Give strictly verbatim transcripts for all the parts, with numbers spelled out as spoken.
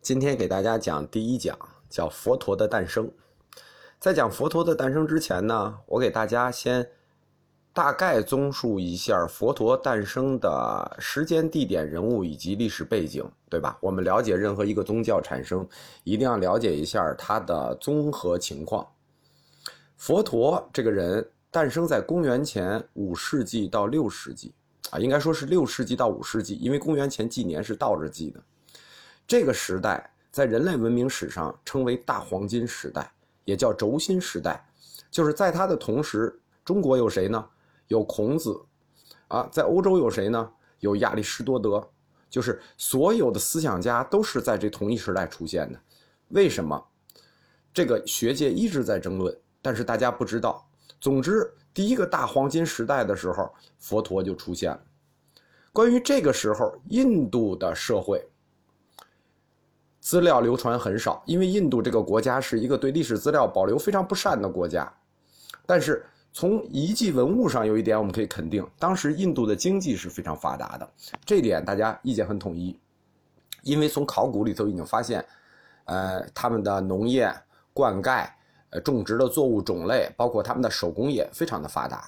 今天给大家讲第一讲，叫佛陀的诞生。在讲佛陀的诞生之前呢，我给大家先大概综述一下佛陀诞生的时间、地点、人物以及历史背景，对吧？我们了解任何一个宗教产生，一定要了解一下它的综合情况。佛陀这个人诞生在公元前五世纪到六世纪啊，应该说是六世纪到五世纪，因为公元前纪年是倒着记的。这个时代在人类文明史上称为大黄金时代，也叫轴心时代。就是在它的同时，中国有谁呢？有孔子啊，在欧洲有谁呢？有亚里士多德。就是所有的思想家都是在这同一时代出现的。为什么？这个学界一直在争论，但是大家不知道。总之，第一个大黄金时代的时候，佛陀就出现了。关于这个时候印度的社会资料流传很少，因为印度这个国家是一个对历史资料保留非常不善的国家。但是从遗迹文物上有一点我们可以肯定，当时印度的经济是非常发达的，这一点大家意见很统一。因为从考古里头已经发现，呃，他们的农业、灌溉、呃，种植的作物种类，包括他们的手工业非常的发达。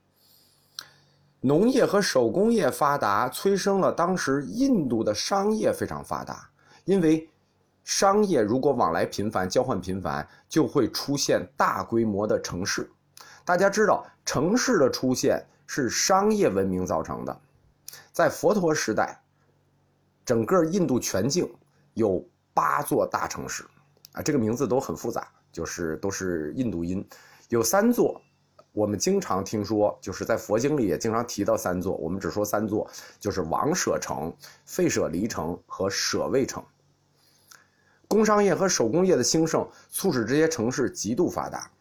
农业和手工业发达，催生了当时印度的商业非常发达，因为商业如果往来频繁、交换频繁，就会出现大规模的城市。大家知道，城市的出现是商业文明造成的。在佛陀时代，整个印度全境有八座大城市啊，这个名字都很复杂，就是都是印度音。有三座，我们经常听说，就是在佛经里也经常提到三座，我们只说三座，就是王舍城、吠舍离城和舍卫城。工商业和手工业的兴盛促使这些城市极度发达。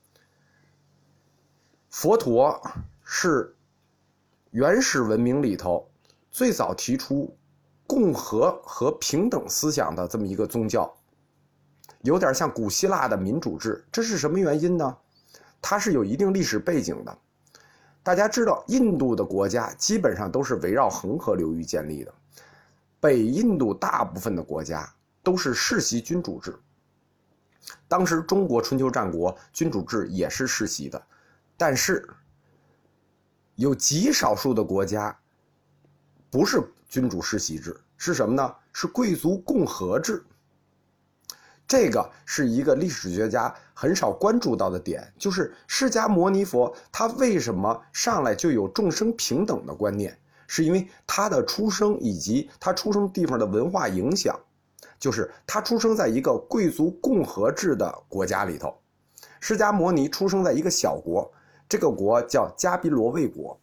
佛陀是原始文明里头最早提出共和和平等思想的这么一个宗教，有点像古希腊的民主制。这是什么原因呢？它是有一定历史背景的。大家知道，印度的国家基本上都是围绕恒河流域建立的，北印度大部分的国家都是世袭君主制。当时中国春秋战国君主制也是世袭的，但是有极少数的国家不是君主世袭制，是什么呢？是贵族共和制。这个是一个历史学家很少关注到的点，就是释迦牟尼佛他为什么上来就有众生平等的观念，是因为他的出生以及他出生地方的文化影响。就是他出生在一个贵族共和制的国家里头，释迦牟尼出生在一个小国，这个国叫迦毗罗卫国。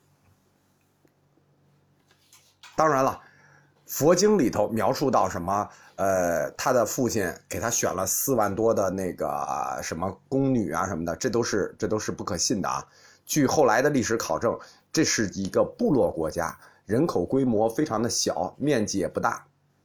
当然了，佛经里头描述到什么，呃，他的父亲给他选了四万多的那个什么宫女啊什么的，这都是这都是不可信的啊。据后来的历史考证，这是一个部落国家，人口规模非常的小，面积也不大。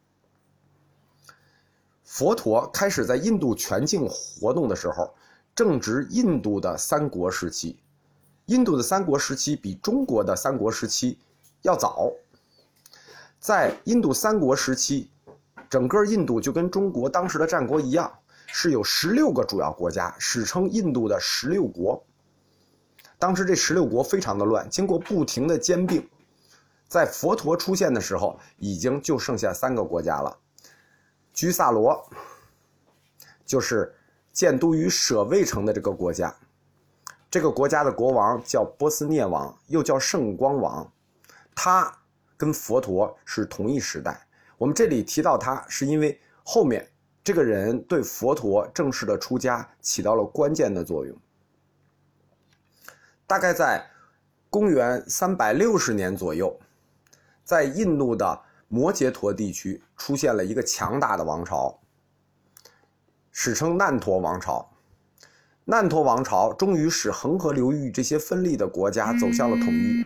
佛陀开始在印度全境活动的时候，正值印度的三国时期。印度的三国时期比中国的三国时期要早。在印度三国时期，整个印度就跟中国当时的战国一样，是有十六个主要国家，史称印度的十六国。当时这十六国非常的乱，经过不停的兼并，在佛陀出现的时候，已经就剩下三个国家了。居萨罗就是建都于舍卫城的这个国家，这个国家的国王叫波斯涅王，又叫圣光王，他跟佛陀是同一时代。我们这里提到他，是因为后面这个人对佛陀正式的出家起到了关键的作用。大概在公元三百六十年左右，在印度的摩羯陀地区出现了一个强大的王朝，史称难陀王朝。难陀王朝终于使恒河流域这些分立的国家走向了统一。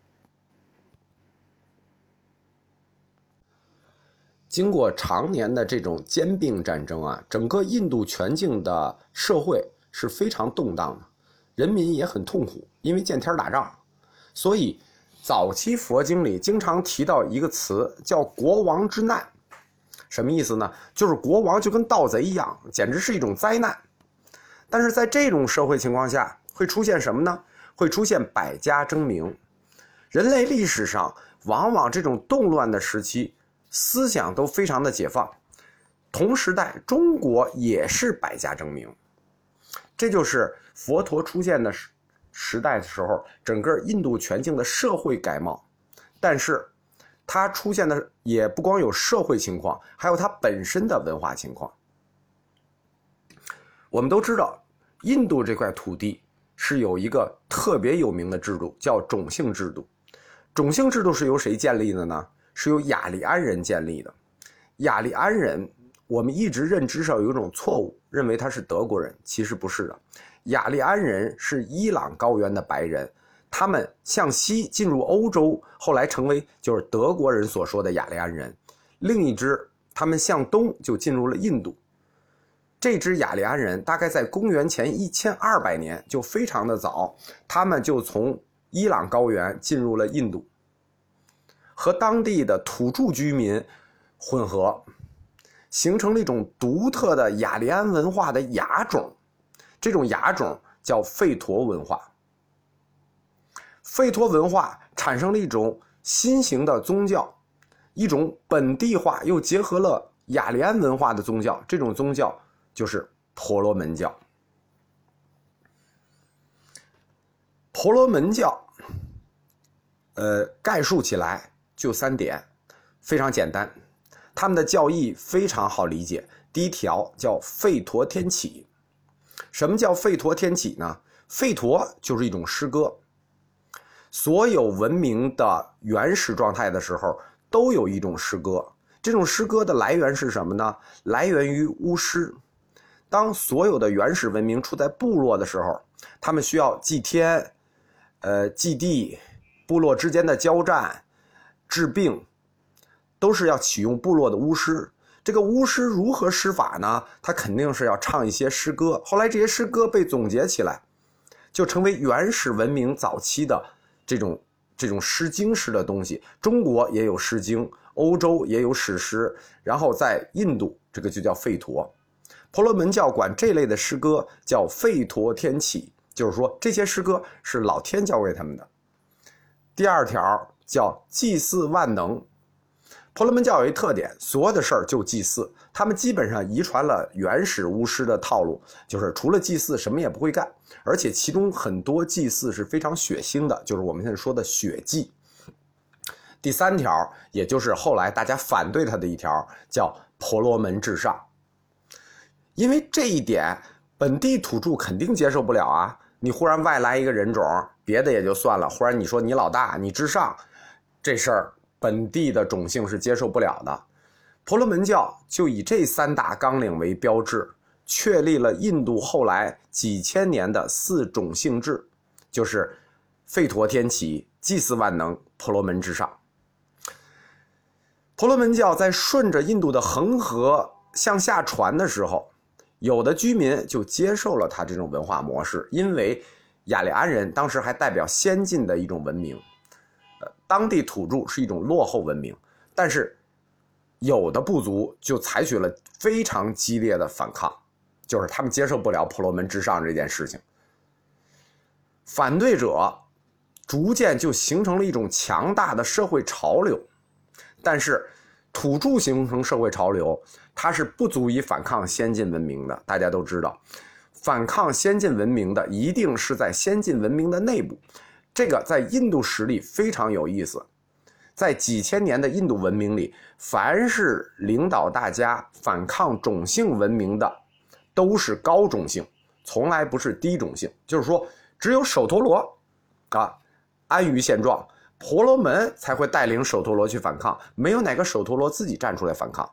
经过常年的这种兼并战争啊，整个印度全境的社会是非常动荡的，人民也很痛苦，因为见天打仗。所以早期佛经里经常提到一个词叫国王之难， 什么意思呢？就是国王就跟盗贼一样，简直是一种灾难。但是在这种社会情况下，会出现什么呢？会出现百家争鸣。人类历史上往往这种动乱的时期，思想都非常的解放。同时代中国也是百家争鸣，这就是佛陀出现的时代的时候，整个印度全境的社会改貌。但是它出现的也不光有社会情况，还有它本身的文化情况。我们都知道印度这块土地是有一个特别有名的制度，叫种姓制度。种姓制度是由谁建立的呢？是由雅利安人建立的。雅利安人我们一直认知上有一种错误，认为他是德国人，其实不是的。雅利安人是伊朗高原的白人，他们向西进入欧洲，后来成为就是德国人所说的雅利安人。另一支他们向东就进入了印度。这支雅利安人大概在公元前一千二百年，就非常的早，他们就从伊朗高原进入了印度，和当地的土著居民混合，形成了一种独特的雅利安文化的亚种。这种亚种叫吠陀文化。吠陀文化产生了一种新型的宗教，一种本地化又结合了雅利安文化的宗教，这种宗教就是婆罗门教。婆罗门教呃，概述起来就三点，非常简单。他们的教义非常好理解。第一条叫吠陀天启。什么叫吠陀天启呢？吠陀就是一种诗歌。所有文明的原始状态的时候都有一种诗歌。这种诗歌的来源是什么呢？来源于巫师。当所有的原始文明处在部落的时候，他们需要祭天呃，祭地，部落之间的交战，治病，都是要启用部落的巫师。这个巫师如何施法呢？他肯定是要唱一些诗歌。后来这些诗歌被总结起来，就成为原始文明早期的这种这种诗经式的东西。中国也有诗经，欧洲也有史诗，然后在印度这个就叫吠陀。婆罗门教管这类的诗歌叫吠陀天启，就是说这些诗歌是老天教给他们的。第二条叫祭祀万能。婆罗门教有一特点，所有的事儿就祭祀，他们基本上遗传了原始巫师的套路，就是除了祭祀什么也不会干，而且其中很多祭祀是非常血腥的，就是我们现在说的血祭。第三条，也就是后来大家反对他的一条，叫婆罗门至上。因为这一点本地土著肯定接受不了啊，你忽然外来一个人种，别的也就算了，忽然你说你老大你至上，这事儿本地的种姓是接受不了的。婆罗门教就以这三大纲领为标志，确立了印度后来几千年的四种姓制，就是吠陀天启、祭祀万能、婆罗门至上。婆罗门教在顺着印度的恒河向下传的时候，有的居民就接受了他这种文化模式，因为雅利安人当时还代表先进的一种文明，呃，当地土著是一种落后文明，但是有的部族就采取了非常激烈的反抗，就是他们接受不了婆罗门至上这件事情。反对者逐渐就形成了一种强大的社会潮流，但是土著形成社会潮流，它是不足以反抗先进文明的。大家都知道，反抗先进文明的一定是在先进文明的内部。这个在印度实力非常有意思，在几千年的印度文明里，凡是领导大家反抗种姓文明的都是高种姓，从来不是低种姓。就是说只有首陀罗啊安于现状，婆罗门才会带领首陀罗去反抗，没有哪个首陀罗自己站出来反抗。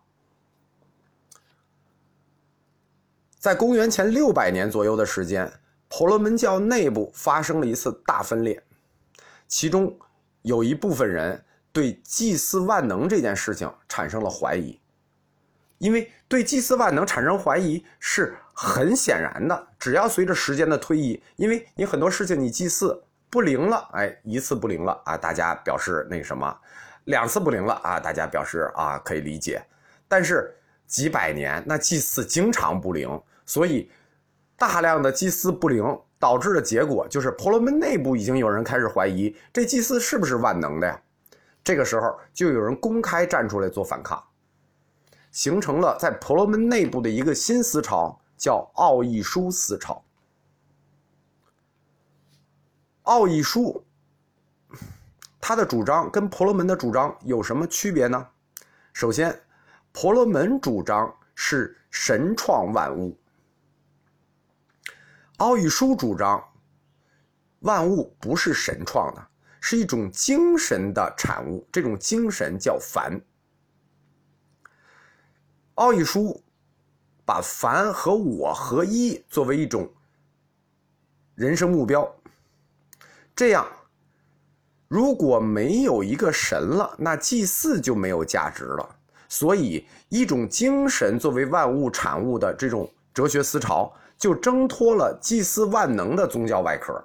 在公元前六百年左右的时间，婆罗门教内部发生了一次大分裂，其中有一部分人对祭祀万能这件事情产生了怀疑。因为对祭祀万能产生怀疑是很显然的，只要随着时间的推移，因为你很多事情你祭祀不灵了，哎，一次不灵了啊，大家表示那什么；两次不灵了啊，大家表示啊可以理解。 但是几百年那祭祀经常不灵，所以大量的祭祀不灵导致的结果就是婆罗门内部已经有人开始怀疑这祭祀是不是万能的呀。这个时候就有人公开站出来做反抗，形成了在婆罗门内部的一个新思潮，叫奥义书思潮。奥义书他的主张跟婆罗门的主张有什么区别呢？首先，婆罗门主张是神创万物，奥义书主张万物不是神创的，是一种精神的产物，这种精神叫梵。奥义书把梵和我合一作为一种人生目标，这样如果没有一个神了，那祭祀就没有价值了。所以一种精神作为万物产物的这种哲学思潮就挣脱了祭祀万能的宗教外壳。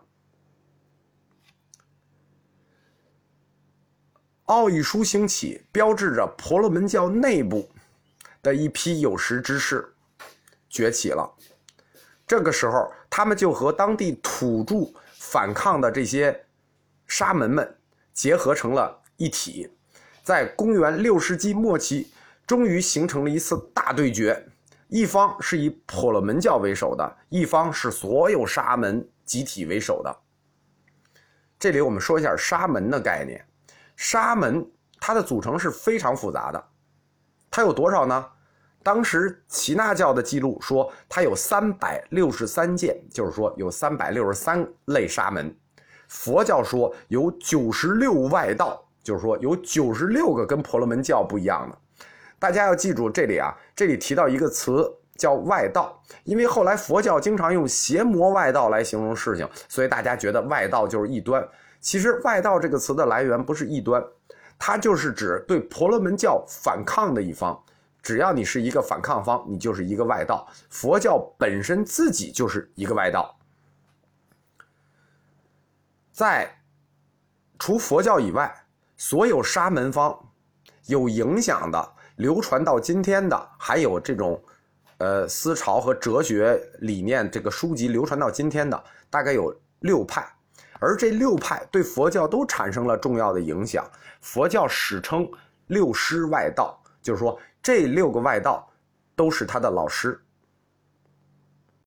奥义书兴起，标志着婆罗门教内部的一批有识之士崛起了。这个时候他们就和当地土著反抗的这些沙门们结合成了一体，在公元六世纪末期终于形成了一次大对决，一方是以婆罗门教为首的，一方是所有沙门集体为首的。这里我们说一下沙门的概念。沙门它的组成是非常复杂的，它有多少呢？当时耆那教的记录说它有三百六十三件，就是说有三百六十三类沙门。佛教说有九十六外道，就是说有九十六个跟婆罗门教不一样的。大家要记住这里啊，这里提到一个词叫外道，因为后来佛教经常用邪魔外道来形容事情，所以大家觉得外道就是异端。其实外道这个词的来源不是异端，它就是指对婆罗门教反抗的一方。只要你是一个反抗方，你就是一个外道。佛教本身自己就是一个外道。在除佛教以外，所有沙门方有影响的流传到今天的，还有这种呃思潮和哲学理念这个书籍流传到今天的大概有六派，而这六派对佛教都产生了重要的影响。佛教史称六师外道，就是说这六个外道都是他的老师。